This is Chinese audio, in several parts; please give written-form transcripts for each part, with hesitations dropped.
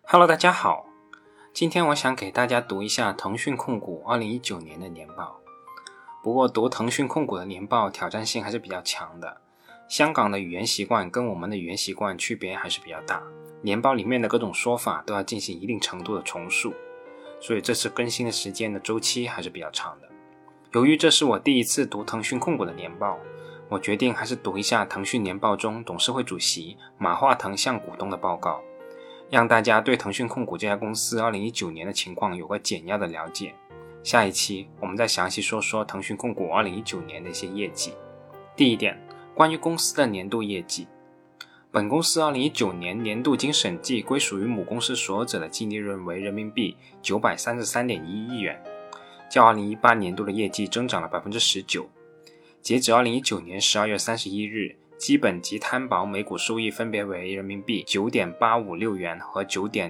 Hello， 大家好，今天我想给大家读一下腾讯控股2019年的年报。不过读腾讯控股的年报挑战性还是比较强的，香港的语言习惯跟我们的语言习惯区别还是比较大，年报里面的各种说法都要进行一定程度的重述，所以这次更新的时间的周期还是比较长的。由于这是我第一次读腾讯控股的年报，我决定还是读一下腾讯年报中董事会主席马化腾向股东的报告，让大家对腾讯控股这家公司2019年的情况有个简要的了解。下一期我们再详细说说腾讯控股2019年的一些业绩。第一点，关于公司的年度业绩。本公司2019年年度经审计归属于母公司所有者的净利润为人民币933.1亿元，较2018年度的业绩增长了 19%。 截止2019年12月31日，基本及摊薄每股收益分别为人民币 9.856 元和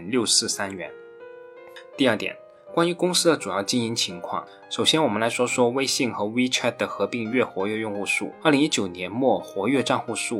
9.643 元。第二点，关于公司的主要经营情况。首先我们来说说微信和 WeChat 的合并月活跃用户数。2019年末活跃账户数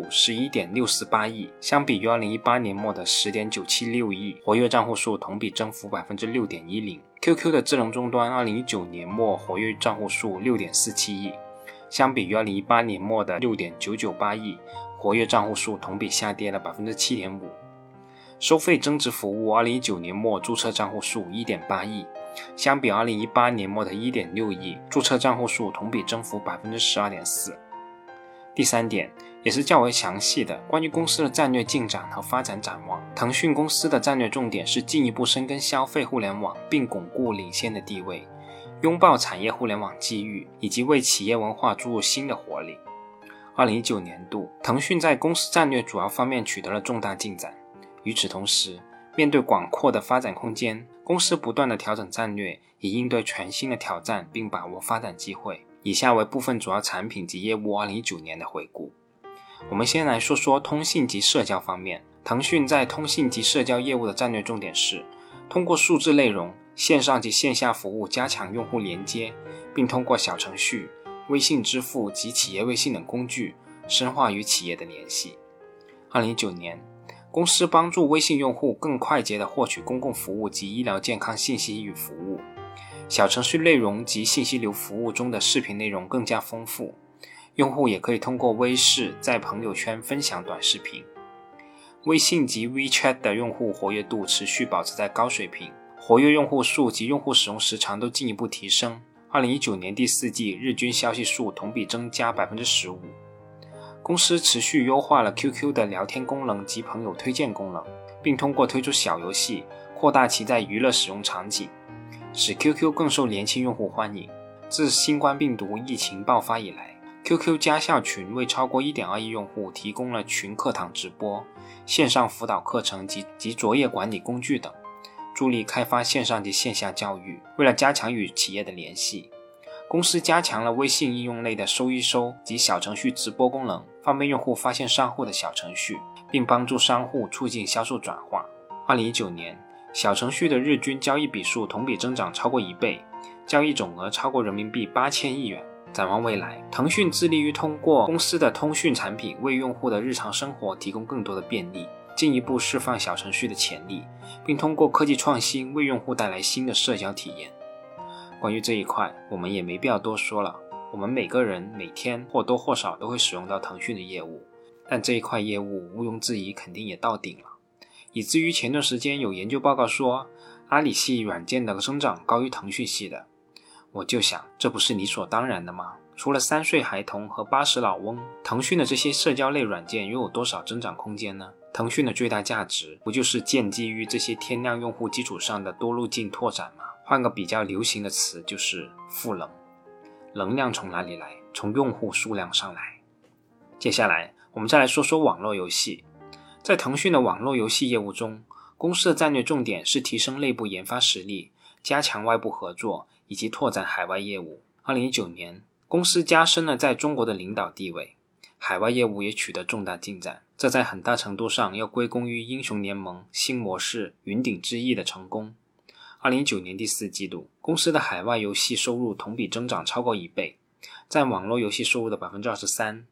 11.648 亿，相比于2018年末的 10.976 亿，活跃账户数同比增幅 6.10%。 QQ 的智能终端2019年末活跃账户数 6.47 亿，相比于2018年末的 6.998 亿，活跃账户数同比下跌了 7.5%。 收费增值服务2019年末注册账户数 1.8 亿，相比2018年末的 1.6 亿，注册账户数同比增幅 12.4%。 第三点，也是较为详细的关于公司的战略进展和发展展望。腾讯公司的战略重点是进一步深耕消费互联网，并巩固领先的地位，拥抱产业互联网机遇，以及为企业文化注入新的活力。2019年度，腾讯在公司战略主要方面取得了重大进展。与此同时，面对广阔的发展空间，公司不断地调整战略，以应对全新的挑战并把握发展机会。以下为部分主要产品及业务2019年的回顾。我们先来说说通信及社交方面。腾讯在通信及社交业务的战略重点是通过数字内容、线上及线下服务加强用户连接，并通过小程序、微信支付及企业微信等工具深化与企业的联系。2019年，公司帮助微信用户更快捷地获取公共服务及医疗健康信息与服务，小程序内容及信息流服务中的视频内容更加丰富，用户也可以通过微视在朋友圈分享短视频。微信及 WeChat 的用户活跃度持续保持在高水平，活跃用户数及用户使用时长都进一步提升。2019年第四季日均消息数同比增加 15%。公司持续优化了 QQ 的聊天功能及朋友推荐功能，并通过推出小游戏扩大其在娱乐使用场景，使 QQ 更受年轻用户欢迎。自新冠病毒疫情爆发以来， QQ 家校群为超过 1.2 亿用户提供了群课堂直播、线上辅导课程及作业管理工具等，助力开发线上及线下教育。为了加强与企业的联系，公司加强了微信应用内的收一收及小程序直播功能，方便用户发现商户的小程序，并帮助商户促进销售转化。2019年，小程序的日均交易笔数同比增长超过1倍，交易总额超过人民币8000亿元。展望未来，腾讯致力于通过公司的通讯产品为用户的日常生活提供更多的便利，进一步释放小程序的潜力，并通过科技创新为用户带来新的社交体验。关于这一块，我们也没必要多说了，我们每个人每天或多或少都会使用到腾讯的业务，但这一块业务毋庸置疑肯定也到顶了，以至于前段时间有研究报告说阿里系软件的增长高于腾讯系的。我就想，这不是理所当然的吗？除了3岁孩童和80老翁，腾讯的这些社交类软件拥有多少增长空间呢？腾讯的最大价值不就是建基于这些天量用户基础上的多路径拓展吗？换个比较流行的词，就是赋能。能量从哪里来？从用户数量上来。接下来我们再来说说网络游戏。在腾讯的网络游戏业务中，公司的战略重点是提升内部研发实力，加强外部合作，以及拓展海外业务。2019年，公司加深了在中国的领导地位，海外业务也取得重大进展，这在很大程度上要归功于英雄联盟、新模式、云顶之弈的成功。2019年第四季度，公司的海外游戏收入同比增长超过1倍，占网络游戏收入的 23%，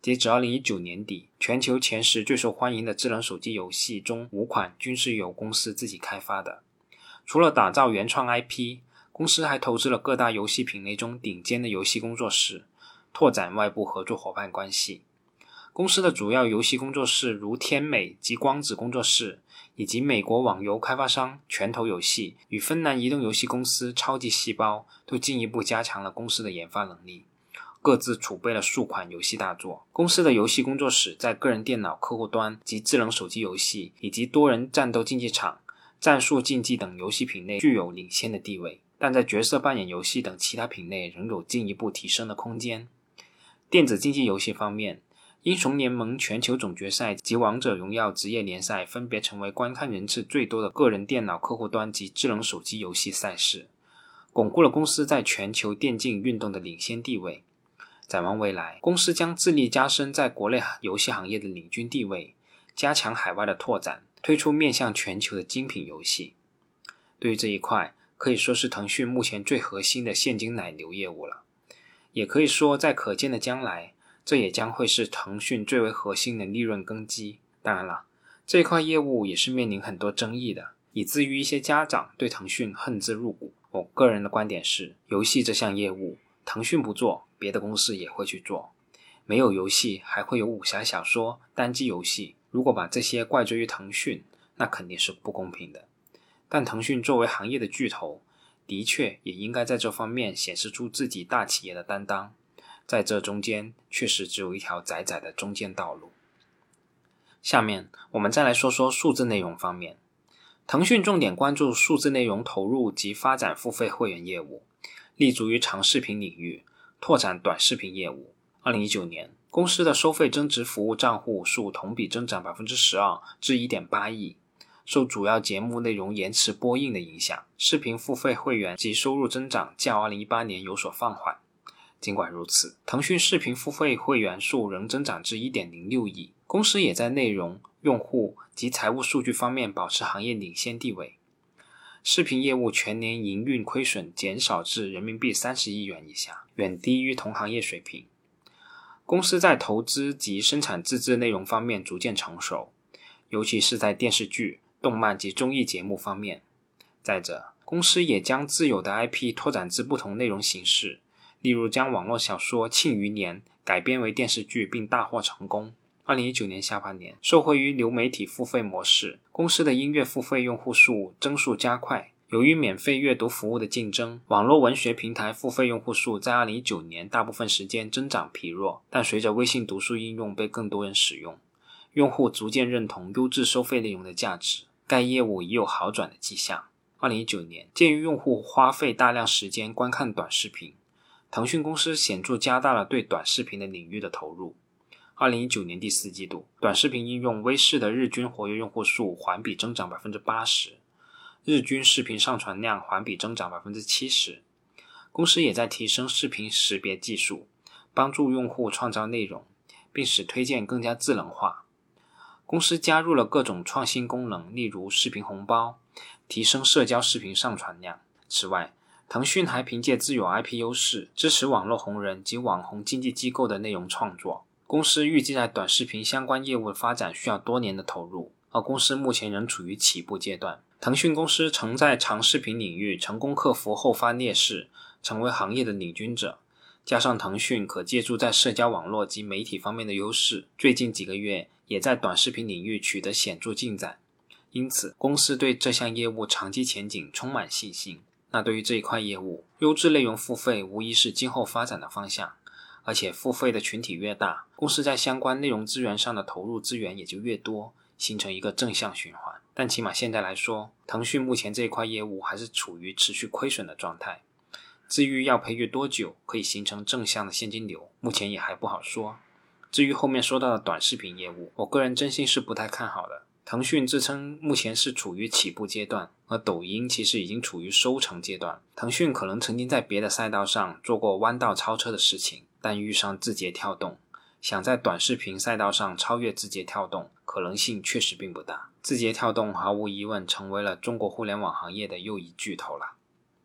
截止2019年底，全球前10最受欢迎的智能手机游戏中5款均是由公司自己开发的。除了打造原创 IP， 公司还投资了各大游戏品类中顶尖的游戏工作室，拓展外部合作伙伴关系。公司的主要游戏工作室如天美及光子工作室，以及美国网游开发商拳头游戏与芬兰移动游戏公司超级细胞，都进一步加强了公司的研发能力，各自储备了数款游戏大作。公司的游戏工作室在个人电脑客户端及智能手机游戏以及多人战斗竞技场、战术竞技等游戏品类具有领先的地位，但在角色扮演游戏等其他品类仍有进一步提升的空间。电子竞技游戏方面，英雄联盟全球总决赛及王者荣耀职业联赛分别成为观看人次最多的个人电脑客户端及智能手机游戏赛事，巩固了公司在全球电竞运动的领先地位。展望未来，公司将致力加深在国内游戏行业的领军地位，加强海外的拓展，推出面向全球的精品游戏。对于这一块，可以说是腾讯目前最核心的现金奶牛业务了，也可以说在可见的将来，这也将会是腾讯最为核心的利润根基。当然了，这一块业务也是面临很多争议的，以至于一些家长对腾讯恨之入骨。我个人的观点是，游戏这项业务，腾讯不做，别的公司也会去做。没有游戏还会有武侠小说、单机游戏，如果把这些怪罪于腾讯，那肯定是不公平的。但腾讯作为行业的巨头，的确也应该在这方面显示出自己大企业的担当。在这中间确实只有一条窄窄的中间道路。下面我们再来说说数字内容方面。腾讯重点关注数字内容投入及发展付费会员业务，立足于长视频领域，拓展短视频业务。2019年，公司的收费增值服务账户数同比增长 12% 至 1.8 亿。受主要节目内容延迟播映的影响，视频付费会员及收入增长较2018年有所放缓。尽管如此，腾讯视频付费会员数仍增长至 1.06 亿，公司也在内容、用户及财务数据方面保持行业领先地位。视频业务全年营运亏损减少至人民币30亿元以下，远低于同行业水平。公司在投资及生产自制内容方面逐渐成熟，尤其是在电视剧、动漫及综艺节目方面。再者，公司也将自有的 IP 拓展至不同内容形式，例如将网络小说《庆余年》改编为电视剧并大获成功。2019年下半年，受惠于流媒体付费模式，公司的音乐付费用户数增速加快。由于免费阅读服务的竞争，网络文学平台付费用户数在2019年大部分时间增长疲弱，但随着微信读书应用被更多人使用，用户逐渐认同优质收费内容的价值，该业务已有好转的迹象。2019年，鉴于用户花费大量时间观看短视频，腾讯公司显著加大了对短视频的领域的投入。2019年第4季度，短视频应用微视的日均活跃用户数环比增长 80%， 日均视频上传量环比增长 70%。 公司也在提升视频识别技术，帮助用户创造内容，并使推荐更加智能化。公司加入了各种创新功能，例如视频红包，提升社交视频上传量。此外，腾讯还凭借自有 IP 优势，支持网络红人及网红经纪机构的内容创作。公司预计在短视频相关业务的发展需要多年的投入，而公司目前仍处于起步阶段。腾讯公司曾在长视频领域成功克服后发劣势，成为行业的领军者。加上腾讯可借助在社交网络及媒体方面的优势，最近几个月也在短视频领域取得显著进展。因此，公司对这项业务长期前景充满信心。那对于这一块业务，优质内容付费无疑是今后发展的方向。而且付费的群体越大，公司在相关内容资源上的投入资源也就越多，形成一个正向循环。但起码现在来说，腾讯目前这一块业务还是处于持续亏损的状态。至于要培育多久可以形成正向的现金流，目前也还不好说。至于后面说到的短视频业务，我个人真心是不太看好的。腾讯自称目前是处于起步阶段，而抖音其实已经处于收成阶段。腾讯可能曾经在别的赛道上做过弯道超车的事情，但遇上字节跳动，想在短视频赛道上超越字节跳动，可能性确实并不大。字节跳动毫无疑问成为了中国互联网行业的又一巨头了。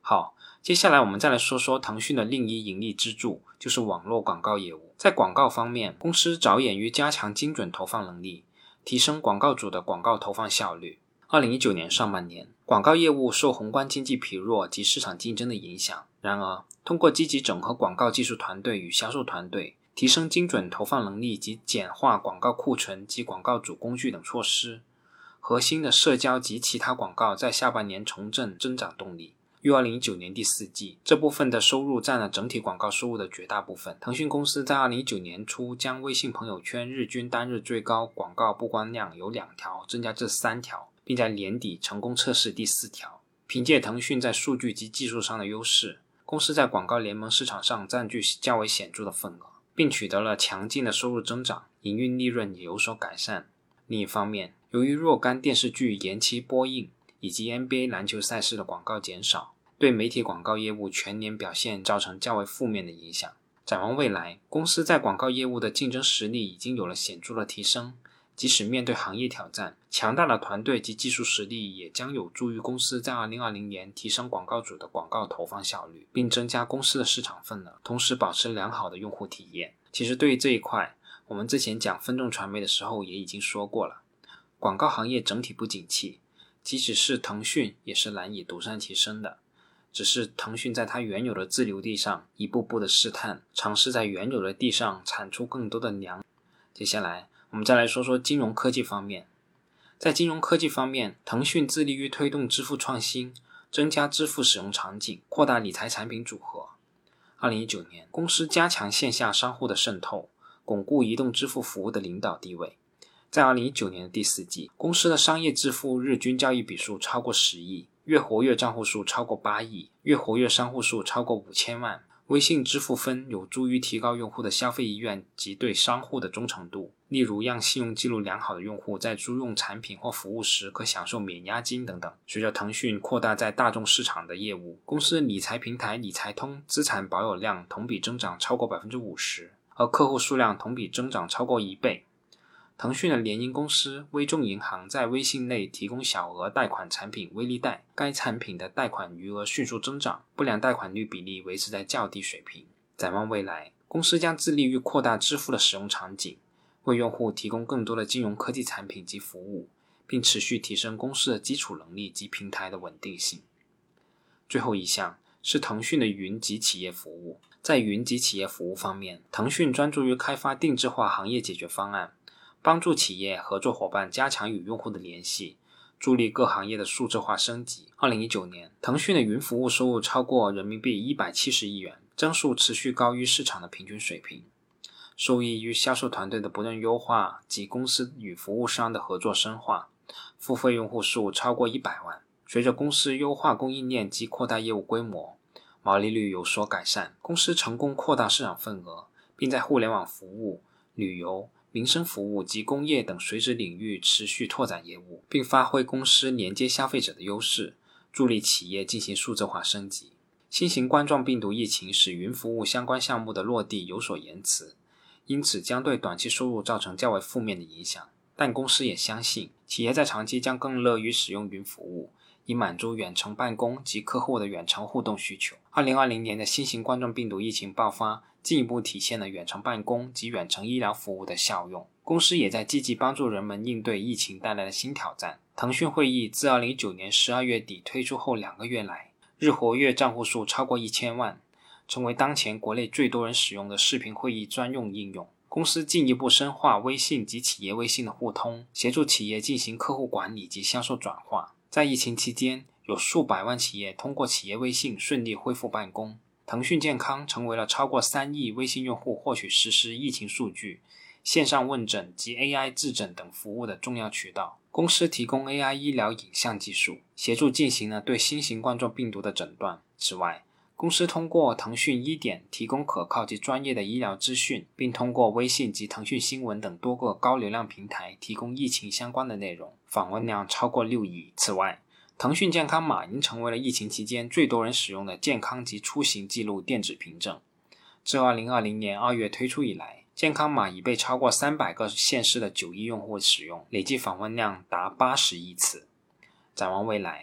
好，接下来我们再来说说腾讯的另一盈利支柱，就是网络广告业务。在广告方面，公司着眼于加强精准投放能力，提升广告主的广告投放效率。2019年上半年，广告业务受宏观经济疲弱及市场竞争的影响，然而通过积极整合广告技术团队与销售团队，提升精准投放能力及简化广告库存及广告主工具等措施，核心的社交及其他广告在下半年重振增长动力。于2019年第四季，这部分的收入占了整体广告收入的绝大部分。腾讯公司在2019年初将微信朋友圈日均单日最高广告曝光量由2条增加至3条，并在年底成功测试第4条。凭借腾讯在数据及技术上的优势，公司在广告联盟市场上占据较为显著的份额，并取得了强劲的收入增长，营运利润也有所改善。另一方面，由于若干电视剧延期播映以及 NBA 篮球赛事的广告减少，对媒体广告业务全年表现造成较为负面的影响。展望未来，公司在广告业务的竞争实力已经有了显著的提升，即使面对行业挑战，强大的团队及技术实力也将有助于公司在2020年提升广告主的广告投放效率，并增加公司的市场份额，同时保持良好的用户体验。其实对于这一块，我们之前讲分众传媒的时候也已经说过了，广告行业整体不景气，即使是腾讯也是难以独善其身的，只是腾讯在它原有的自留地上一步步的试探，尝试在原有的地上产出更多的粮。接下来我们再来说说金融科技方面。在金融科技方面，腾讯致力于推动支付创新，增加支付使用场景，扩大理财产品组合。2019年，公司加强线下商户的渗透，巩固移动支付服务的领导地位。在2019年的第4季，公司的商业支付日均交易笔数超过10亿，月活跃账户数超过8亿，月活跃商户数超过5000万。微信支付分有助于提高用户的消费意愿及对商户的忠诚度，例如让信用记录良好的用户在租用产品或服务时可享受免押金等等。随着腾讯扩大在大众市场的业务，公司理财平台理财通资产保有量同比增长超过 50%， 而客户数量同比增长超过1倍。腾讯的联营公司微众银行在微信内提供小额贷款产品微粒贷，该产品的贷款余额迅速增长，不良贷款率比例维持在较低水平。展望未来，公司将致力于扩大支付的使用场景，为用户提供更多的金融科技产品及服务，并持续提升公司的基础能力及平台的稳定性。最后一项是腾讯的云及企业服务。在云及企业服务方面，腾讯专注于开发定制化行业解决方案，帮助企业合作伙伴加强与用户的联系，助力各行业的数字化升级。2019年，腾讯的云服务收入超过人民币170亿元，增速持续高于市场的平均水平。受益于销售团队的不断优化及公司与服务商的合作深化，付费用户数超过100万。随着公司优化供应链及扩大业务规模，毛利率有所改善，公司成功扩大市场份额，并在互联网服务、旅游、民生服务及工业等垂直领域持续拓展业务，并发挥公司连接消费者的优势，助力企业进行数字化升级。新型冠状病毒疫情使云服务相关项目的落地有所延迟，因此将对短期收入造成较为负面的影响。但公司也相信，企业在长期将更乐于使用云服务，以满足远程办公及客户的远程互动需求。2020年的新型冠状病毒疫情爆发，进一步体现了远程办公及远程医疗服务的效用。公司也在积极帮助人们应对疫情带来的新挑战。腾讯会议自2019年12月底推出后2个月来，日活跃账户数超过1000万，成为当前国内最多人使用的视频会议专用应用。公司进一步深化微信及企业微信的互通，协助企业进行客户管理及销售转化。在疫情期间，有数百万企业通过企业微信顺利恢复办公。腾讯健康成为了超过3亿微信用户获取实时疫情数据、线上问诊及 AI 质诊等服务的重要渠道。公司提供 AI 医疗影像技术，协助进行了对新型冠状病毒的诊断。此外，公司通过腾讯医典提供可靠及专业的医疗资讯，并通过微信及腾讯新闻等多个高流量平台提供疫情相关的内容，访问量超过6亿。此外，腾讯健康码已经成为了疫情期间最多人使用的健康及出行记录电子凭证。自2020年2月推出以来，健康码已被超过300个县市的9亿用户使用，累计访问量达80亿次。展望未来，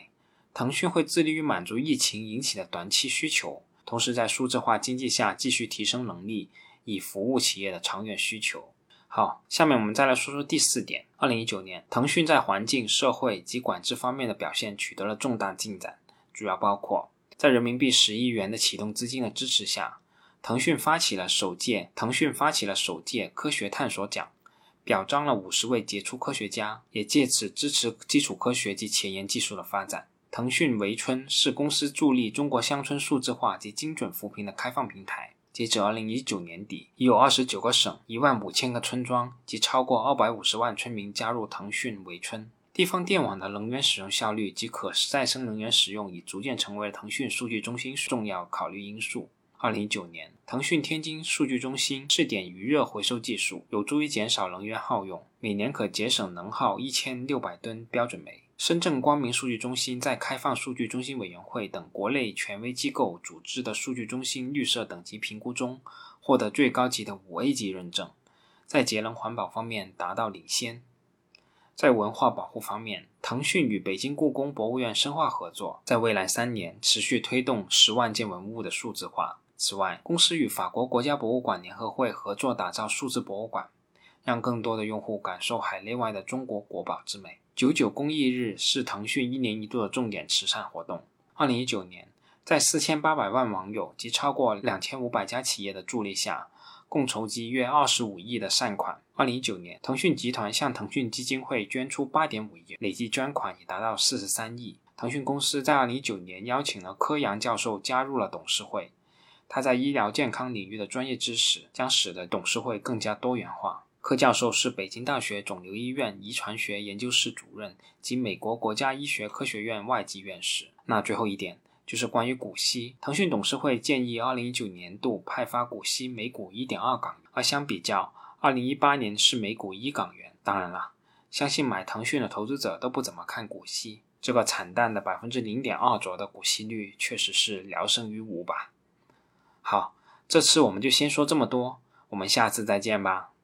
腾讯会致力于满足疫情引起的短期需求，同时在数字化经济下继续提升能力，以服务企业的长远需求。好，下面我们再来说说第4点。2019年，腾讯在环境、社会及管制方面的表现取得了重大进展，主要包括在人民币10亿元的启动资金的支持下，腾讯发起了首届科学探索奖，表彰了50位杰出科学家，也借此支持基础科学及前沿技术的发展。腾讯维村是公司助力中国乡村数字化及精准扶贫的开放平台。截止2019年底，已有29个省、15000个村庄及超过250万村民加入腾讯维村。地方电网的能源使用效率及可再生能源使用已逐渐成为腾讯数据中心重要考虑因素。2019年，腾讯天津数据中心试点余热回收技术，有助于减少能源耗用，每年可节省能耗1600吨标准煤。深圳光明数据中心在开放数据中心委员会等国内权威机构组织的数据中心绿色等级评估中，获得最高级的5A 级认证，在节能环保方面达到领先。在文化保护方面，腾讯与北京故宫博物院深化合作，在未来3年持续推动10万件文物的数字化。此外，公司与法国国家博物馆联合会合作打造数字博物馆，让更多的用户感受海内外的中国国宝之美。99公益日是腾讯1年1度的重点慈善活动。2019年，在4800万网友及超过2500家企业的助力下，共筹集约25亿的善款。2019年，腾讯集团向腾讯基金会捐出8.5亿，累计捐款已达到43亿。腾讯公司在2019年邀请了柯阳教授加入了董事会，他在医疗健康领域的专业知识将使得董事会更加多元化。柯教授是北京大学肿瘤医院遗传学研究室主任及美国国家医学科学院外籍院士。那最后一点就是关于股息，腾讯董事会建议2019年度派发股息每股 1.2 港元，而相比较2018年是每股1港元。当然了，相信买腾讯的投资者都不怎么看股息，这个惨淡的 0.2% 左右的股息率确实是聊胜于无吧。好，这次我们就先说这么多，我们下次再见吧。